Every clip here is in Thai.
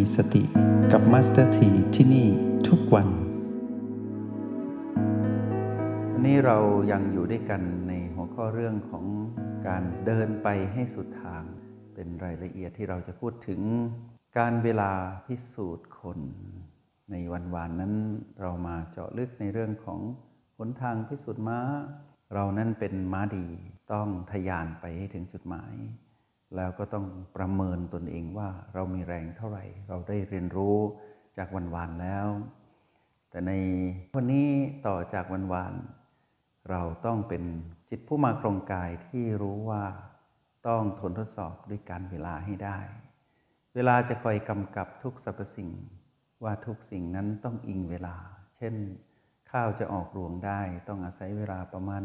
สติกับมาสเตอร์ทีที่นี่ทุกวันวันนี้เรายังอยู่ด้วยกันในหัวข้อเรื่องของการเดินไปให้สุดทางเป็นรายละเอียดที่เราจะพูดถึงการเวลาพิสูจน์คนในวันวานนั้นเรามาเจาะลึกในเรื่องของหนทางพิสูจน์ม้าเรานั้นเป็นม้าดีต้องทะยานไปให้ถึงจุดหมายแล้วก็ต้องประเมินตนเองว่าเรามีแรงเท่าไหร่เราได้เรียนรู้จากวันวานแล้วแต่ในวันนี้ต่อจากวันวานเราต้องเป็นจิตผู้มาครองกายที่รู้ว่าต้องทนทดสอบด้วยการเวลาให้ได้เวลาจะคอยกำกับทุกสรรพสิ่งว่าทุกสิ่งนั้นต้องอิงเวลาเช่นข้าวจะออกรวงได้ต้องอาศัยเวลาประมาณ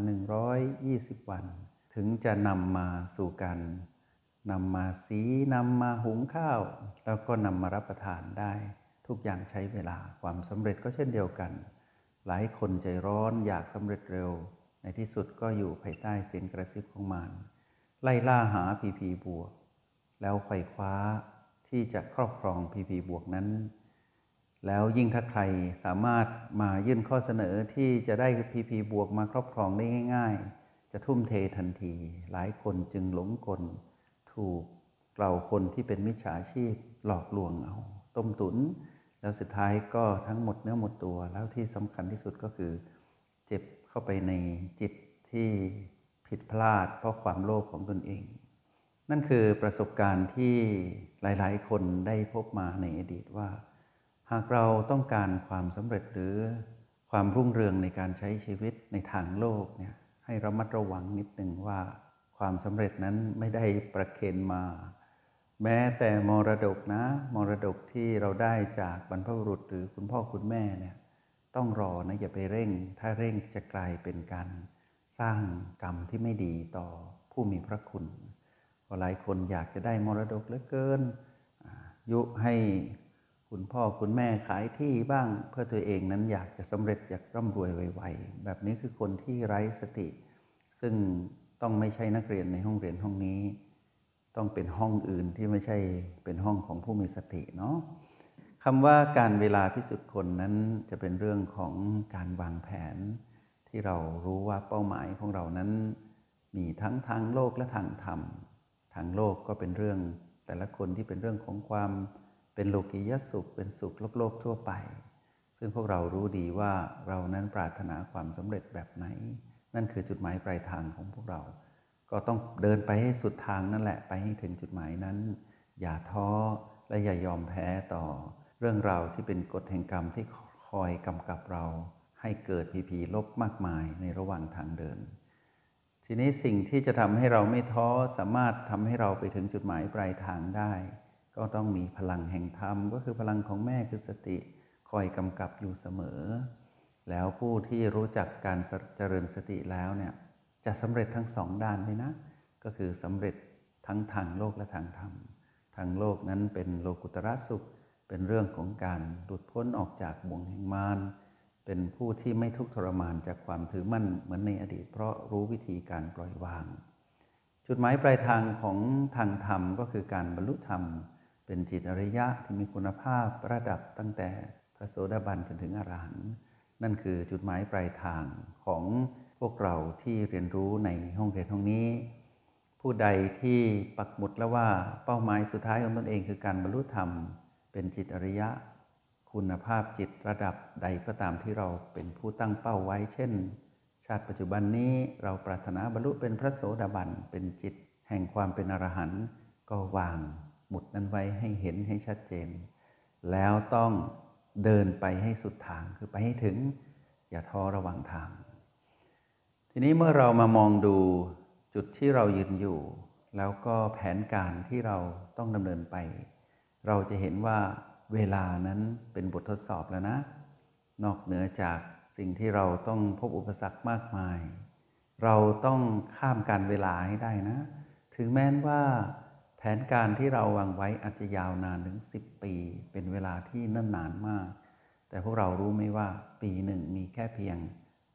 120วันถึงจะนำมาสู่การนำมาสีนำมาหุงข้าวแล้วก็นำมารับประทานได้ทุกอย่างใช้เวลาความสำเร็จก็เช่นเดียวกันหลายคนใจร้อนอยากสำเร็จเร็วในที่สุดก็อยู่ภายใต้เสียงกระซิบของมารไล่ล่าหาพีบวกแล้วไขว่คว้าที่จะครอบครองพีบวกนั้นแล้วยิ่งถ้าใครสามารถมายื่นข้อเสนอที่จะได้พีบวกมาครอบครองได้ง่ายๆจะทุ่มเททันทีหลายคนจึงหลงกลถูกเราคนที่เป็นมิจฉาชีพหลอกลวงเอาต้มตุ๋นแล้วสุดท้ายก็ทั้งหมดเนื้อหมดตัวแล้วที่สำคัญที่สุดก็คือเจ็บเข้าไปในจิตที่ผิดพลาดเพราะความโลภของตนเองนั่นคือประสบการณ์ที่หลายๆคนได้พบมาในอดีตว่าหากเราต้องการความสำเร็จหรือความรุ่งเรืองในการใช้ชีวิตในทางโลกเนี่ยให้ระมัดระวังนิดนึงว่าความสำเร็จนั้นไม่ได้ประเคนมาแม้แต่มรดกนะมรดกที่เราได้จากบรรพบุรุษหรือคุณพ่อคุณแม่เนี่ยต้องรอนะอย่าไปเร่งถ้าเร่งจะกลายเป็นการสร้างกรรมที่ไม่ดีต่อผู้มีพระคุณหลายคนอยากจะได้มรดกเหลือเกินยุให้คุณพ่อคุณแม่ขายที่บ้างเพื่อตัวเองนั้นอยากจะสำเร็จอยากร่ำรวยไวๆแบบนี้คือคนที่ไร้สติซึ่งต้องไม่ใช่นักเรียนในห้องเรียนห้องนี้ต้องเป็นห้องอื่นที่ไม่ใช่เป็นห้องของผู้มีสติเนาะคำว่าการเวลาพิสูจน์คนนั้นจะเป็นเรื่องของการวางแผนที่เรารู้ว่าเป้าหมายของเรานั้นมีทั้งทางโลกและทางธรรมทางโลกก็เป็นเรื่องแต่ละคนที่เป็นเรื่องของความเป็นโลกียสุขเป็นสุขโลกทั่วไปซึ่งพวกเรารู้ดีว่าเรานั้นปรารถนาความสำเร็จแบบไหนนั่นคือจุดหมายปลายทางของพวกเราก็ต้องเดินไปให้สุดทางนั่นแหละไปให้ถึงจุดหมายนั้นอย่าท้อและอย่ายอมแพ้ต่อเรื่องราวที่เป็นกฎแห่งกรรมที่คอยกำกับเราให้เกิดพีลบมากมายในระหว่างทางเดินทีนี้สิ่งที่จะทำให้เราไม่ท้อสามารถทำให้เราไปถึงจุดหมายปลายทางได้ก็ต้องมีพลังแห่งธรรมก็คือพลังของแม่คือสติคอยกำกับอยู่เสมอแล้วผู้ที่รู้จักการเจริญสติแล้วเนี่ยจะสำเร็จทั้งสองด้านเลยนะก็คือสำเร็จทั้งทางโลกและทางธรรมทางโลกนั้นเป็นโลกุตระสุขเป็นเรื่องของการหลุดพ้นออกจากบ่วงแห่งมารเป็นผู้ที่ไม่ทุกข์ทรมานจากความถือมั่นเหมือนในอดีตเพราะรู้วิธีการปล่อยวางจุดหมายปลายทางของทางธรรมก็คือการบรรลุธรรมเป็นจิตอริยะที่มีคุณภาพระดับตั้งแต่พระโสดาบันจนถึงอรหันต์นั่นคือจุดหมายปลายทางของพวกเราที่เรียนรู้ในห้องเรียนห้องนี้ผู้ใดที่ปักหมุดแล้วว่าเป้าหมายสุดท้ายของตนเองคือการบรรลุธรรมเป็นจิตอริยะคุณภาพจิตระดับใดก็ตามที่เราเป็นผู้ตั้งเป้าไว้เช่นชาติปัจจุบันนี้เราปรารถนาบรรลุเป็นพระโสดาบันเป็นจิตแห่งความเป็นอรหันต์ก็วางหมุดนั้นไว้ให้เห็นให้ชัดเจนแล้วต้องเดินไปให้สุดทางคือไปให้ถึงอย่าท้อระหว่างทางทีนี้เมื่อเรามามองดูจุดที่เรายืนอยู่แล้วก็แผนการที่เราต้องดำเนินไปเราจะเห็นว่าเวลานั้นเป็นบททดสอบแล้วนะนอกเหนือจากสิ่งที่เราต้องพบอุปสรรคมากมายเราต้องข้ามการเวลาให้ได้นะถึงแม้ว่าแผนการที่เราวางไว้อาจจะยาวนานถึง10 ปีเป็นเวลาที่เนิ่นนานมากแต่พวกเรารู้ไหมว่าปีหนึ่งมีแค่เพียง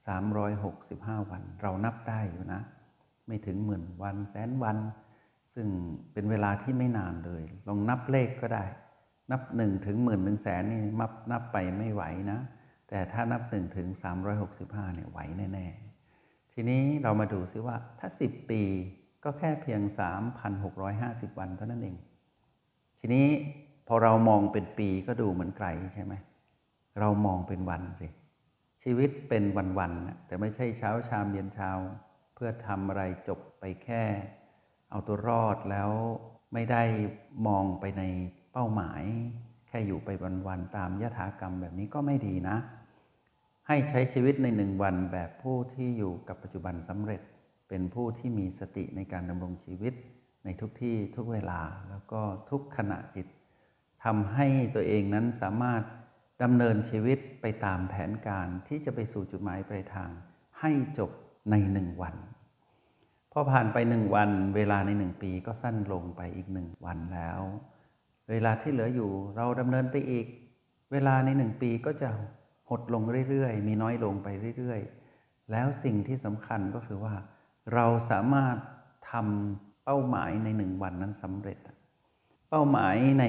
365 วันเรานับได้อยู่นะไม่ถึง10,000 วัน100,000 วันซึ่งเป็นเวลาที่ไม่นานเลยลองนับเลขก็ได้นับ1ถึง10,000ถึงแสนนี่นับไปไม่ไหวนะแต่ถ้านับ1ถึง365เนี่ยไหวแน่ๆทีนี้เรามาดูซิว่าถ้า10 ปีก็แค่เพียง 3,650 วันเท่านั้นเองทีนี้พอเรามองเป็นปีก็ดูเหมือนไกลใช่ไหมเรามองเป็นวันสิชีวิตเป็นวันๆนะแต่ไม่ใช่เช้าชามเย็นชามเพื่อทำอะไรจบไปแค่เอาตัวรอดแล้วไม่ได้มองไปในเป้าหมายแค่อยู่ไปวันๆตามยถากรรมแบบนี้ก็ไม่ดีนะให้ใช้ชีวิตใน1 วันแบบผู้ที่อยู่กับปัจจุบันสำเร็จเป็นผู้ที่มีสติในการดำรงชีวิตในทุกที่ทุกเวลาแล้วก็ทุกขณะจิตทำให้ตัวเองนั้นสามารถดำเนินชีวิตไปตามแผนการที่จะไปสู่จุดหมายปลายทางให้จบใน1 วันพอผ่านไป1 วันเวลาใน1 ปีก็สั้นลงไปอีก1 วันแล้วเวลาที่เหลืออยู่เราดำเนินไปอีกเวลาใน1 ปีก็จะหดลงเรื่อยๆมีน้อยลงไปเรื่อยๆแล้วสิ่งที่สำคัญก็คือว่าเราสามารถทำเป้าหมายใน1 วันนั้นสำเร็จเป้าหมายใน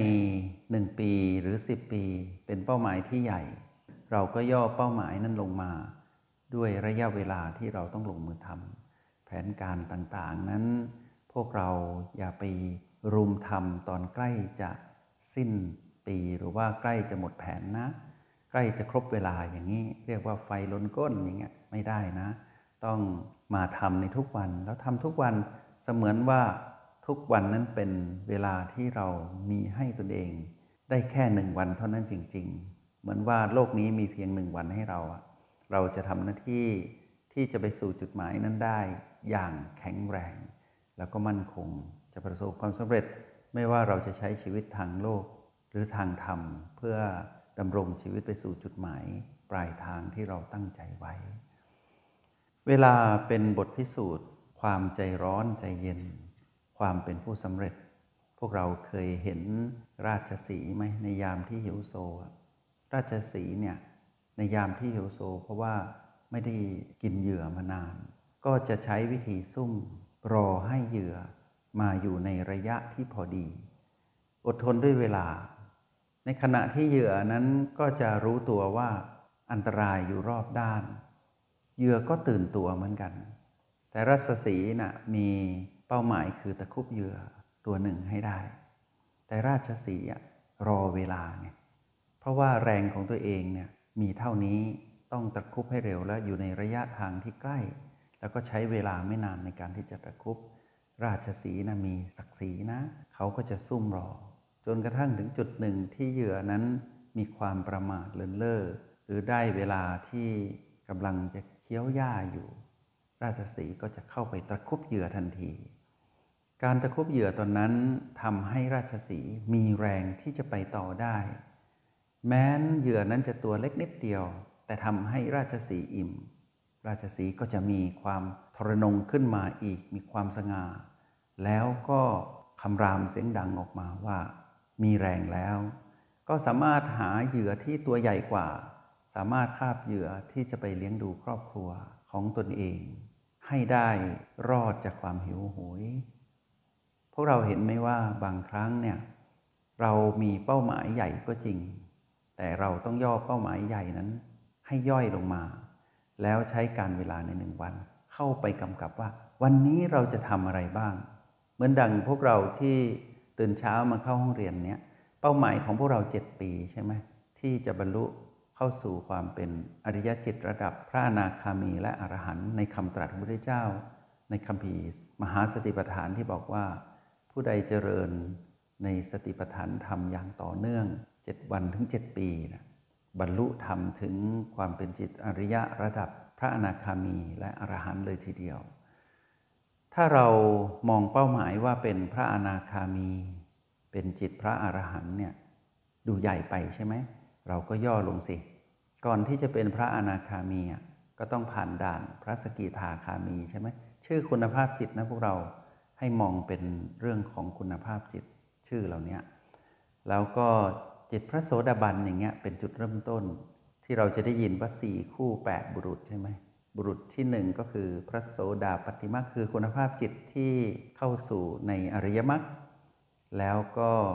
1 ปีหรือ10 ปีเป็นเป้าหมายที่ใหญ่เราก็ย่อเป้าหมายนั้นลงมาด้วยระยะเวลาที่เราต้องลงมือทำแผนการต่างๆนั้นพวกเราอย่าไปรุมทำตอนใกล้จะสิ้นปีหรือว่าใกล้จะหมดแผนนะใกล้จะครบเวลาอย่างนี้เรียกว่าไฟล้นก้นอย่างเงี้ยไม่ได้นะต้องมาทำในทุกวันแล้วทำทุกวันเสมือนว่าทุกวันนั้นเป็นเวลาที่เรามีให้ตนเองได้แค่1 วันเท่านั้นจริงๆเหมือนว่าโลกนี้มีเพียง1 วันให้เราจะทำหน้าที่ที่จะไปสู่จุดหมายนั้นได้อย่างแข็งแรงแล้วก็มั่นคงจะประสบความสำเร็จไม่ว่าเราจะใช้ชีวิตทางโลกหรือทางธรรมเพื่อดำรงชีวิตไปสู่จุดหมายปลายทางที่เราตั้งใจไว้เวลาเป็นบทพิสูจน์ความใจร้อนใจเย็นความเป็นผู้สำเร็จพวกเราเคยเห็นราชสีห์ไหมในยามที่หิวโซราชสีห์เนี่ยในยามที่หิวโซเพราะว่าไม่ได้กินเหยื่อมานานก็จะใช้วิธีซุ่มรอให้เหยื่อมาอยู่ในระยะที่พอดีอดทนด้วยเวลาในขณะที่เหยื่อนั้นก็จะรู้ตัวว่าอันตรายอยู่รอบด้านเหยื่อก็ตื่นตัวเหมือนกันแต่ราชสีห์น่ะมีเป้าหมายคือตะคุบเหยื่อตัวหนึ่งให้ได้แต่ราชสีห์รอเวลาไงเพราะว่าแรงของตัวเองเนี่ยมีเท่านี้ต้องตะคุบให้เร็วและอยู่ในระยะทางที่ใกล้แล้วก็ใช้เวลาไม่นานในการที่จะตะคุบราชสีห์นะมีศักดิ์ศรีนะเขาก็จะซุ่มรอจนกระทั่งถึงจุดหนึ่งที่เหยื่อนั้นมีความประมาทเลินเล่อหรือได้เวลาที่กำลังจะเคี้ยวหญ้าอยู่ราชสีห์ก็จะเข้าไปตะคุบเหยื่อทันทีการตะคุบเหยื่อตอนนั้นทำให้ราชสีห์มีแรงที่จะไปต่อได้แม้นเหยื่อนั้นจะตัวเล็กนิดเดียวแต่ทำให้ราชสีห์อิ่มราชสีห์ก็จะมีความทรนงขึ้นมาอีกมีความสง่าแล้วก็คำรามเสียงดังออกมาว่ามีแรงแล้วก็สามารถหาเหยื่อที่ตัวใหญ่กว่าสามารถคาบเหยื่อที่จะไปเลี้ยงดูครอบครัวของตนเองให้ได้รอดจากความหิวโหยพวกเราเห็นไหมว่าบางครั้งเนี่ยเรามีเป้าหมายใหญ่ก็จริงแต่เราต้องย่อเป้าหมายใหญ่นั้นให้ย่อยลงมาแล้วใช้การเวลาใน1 วันเข้าไปกำกับว่าวันนี้เราจะทำอะไรบ้างเหมือนดังพวกเราที่ตื่นเช้ามาเข้าห้องเรียนเนี้ยเป้าหมายของพวกเรา7 ปีใช่ไหมที่จะบรรลุเข้าสู่ความเป็นอริยจิตระดับพระอนาคามีและอรหันต์ในคำตรัสของพระพุทธเจ้าในคัมภีร์มหาสติปัฏฐานที่บอกว่าผู้ใดเจริญในสติปัฏฐานธรรมอย่างต่อเนื่อง7 วันถึง7 ปีนะบรรลุธรรมถึงความเป็นจิตอริยะระดับพระอนาคามีและอรหันต์เลยทีเดียวถ้าเรามองเป้าหมายว่าเป็นพระอนาคามีเป็นจิตพระอรหันต์เนี่ยดูใหญ่ไปใช่ไหมเราก็ย่อลงสิก่อนที่จะเป็นพระอนาคามีก็ต้องผ่านด่านพระสกิทาคามีใช่ไหมชื่อคุณภาพจิตนะพวกเราให้มองเป็นเรื่องของคุณภาพจิตชื่อเหล่านี้แล้วก็จิตพระโสดาบันอย่างเงี้ยเป็นจุดเริ่มต้นที่เราจะได้ยินว่า4 คู่ 8 บุรุษใช่ไหมบุรุษที่1ก็คือพระโสดาปัตติมรรคคือคุณภาพจิตที่เข้าสู่ในอริยมรรคแล้วก็เข้า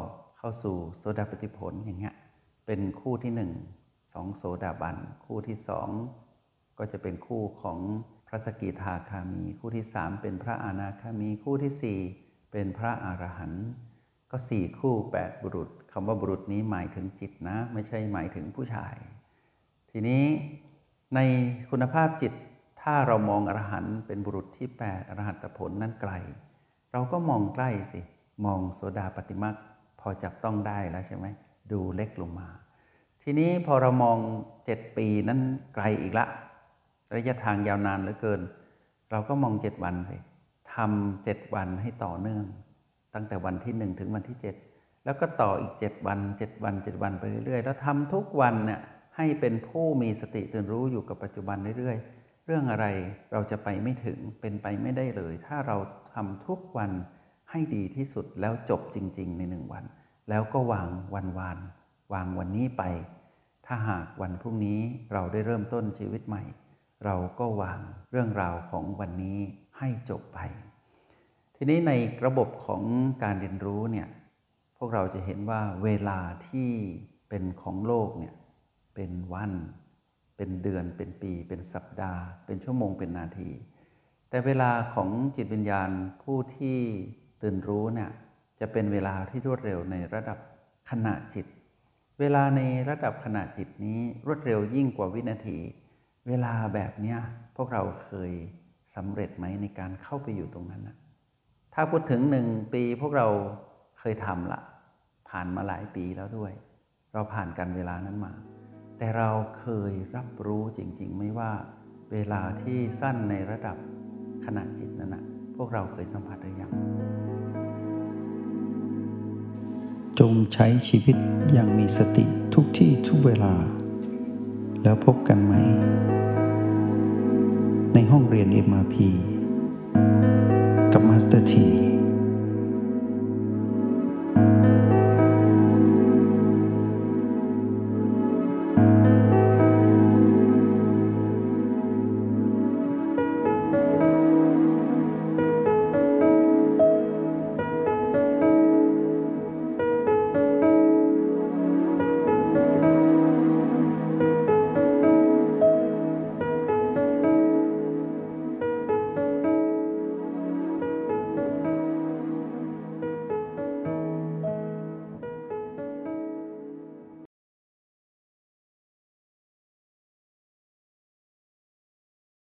เข้าสู่โสดาปัตติผลอย่างเงี้ยเป็นคู่ที่1 2โสดาบันคู่ที่2ก็จะเป็นคู่ของพระสกิทาคามีคู่ที่3เป็นพระอนาคามีคู่ที่4เป็นพระอรหันต์ก็4คู่8บุรุษคำว่าบุรุษนี้หมายถึงจิตนะไม่ใช่หมายถึงผู้ชายทีนี้ในคุณภาพจิตถ้าเรามองอรหันต์เป็นบุรุษที่8อรหัตผลนั่นไกลเราก็มองใกล้สิมองโสดาปัตติมรรคพอจับต้องได้แล้วใช่ไหมดูเล็กลงมาทีนี้พอเรามอง7 ปีนั้นไกลอีกละระยะทางยาวนานเหลือเกินเราก็มอง7 วันสิทำ7 วันให้ต่อเนื่องตั้งแต่วันที่1ถึงวันที่7แล้วก็ต่ออีก7 วัน7 วัน7 วันไปเรื่อยๆแล้วทำทุกวันเนี่ยให้เป็นผู้มีสติตื่นรู้อยู่กับปัจจุบันเรื่อยๆเรื่องอะไรเราจะไปไม่ถึงเป็นไปไม่ได้เลยถ้าเราทำทุกวันให้ดีที่สุดแล้วจบจริงๆใน1 วันแล้วก็วางวันนี้ไปถ้าหากวันพรุ่งนี้เราได้เริ่มต้นชีวิตใหม่เราก็วางเรื่องราวของวันนี้ให้จบไปทีนี้ในระบบของการเรียนรู้เนี่ยพวกเราจะเห็นว่าเวลาที่เป็นของโลกเนี่ยเป็นวันเป็นเดือนเป็นปีเป็นสัปดาห์เป็นชั่วโมงเป็นนาทีแต่เวลาของจิตวิญญาณผู้ที่ตื่นรู้เนี่ยจะเป็นเวลาที่รวดเร็วในระดับขณะจิตเวลาในระดับขณะจิตนี้รวดเร็วยิ่งกว่าวินาทีเวลาแบบเนี้ยพวกเราเคยสำเร็จไหมในการเข้าไปอยู่ตรงนั้นนะถ้าพูดถึง1 ปีพวกเราเคยทำละผ่านมาหลายปีแล้วด้วยเราผ่านกันเวลานั้นมาแต่เราเคยรับรู้จริงๆไหมว่าเวลาที่สั้นในระดับขณะจิตนั้นนะพวกเราเคยสัมผัสหรือยังจงใช้ชีวิตอย่างมีสติทุกที่ทุกเวลาแล้วพบกันไหมในห้องเรียน MRP กับมาสเตอร์ที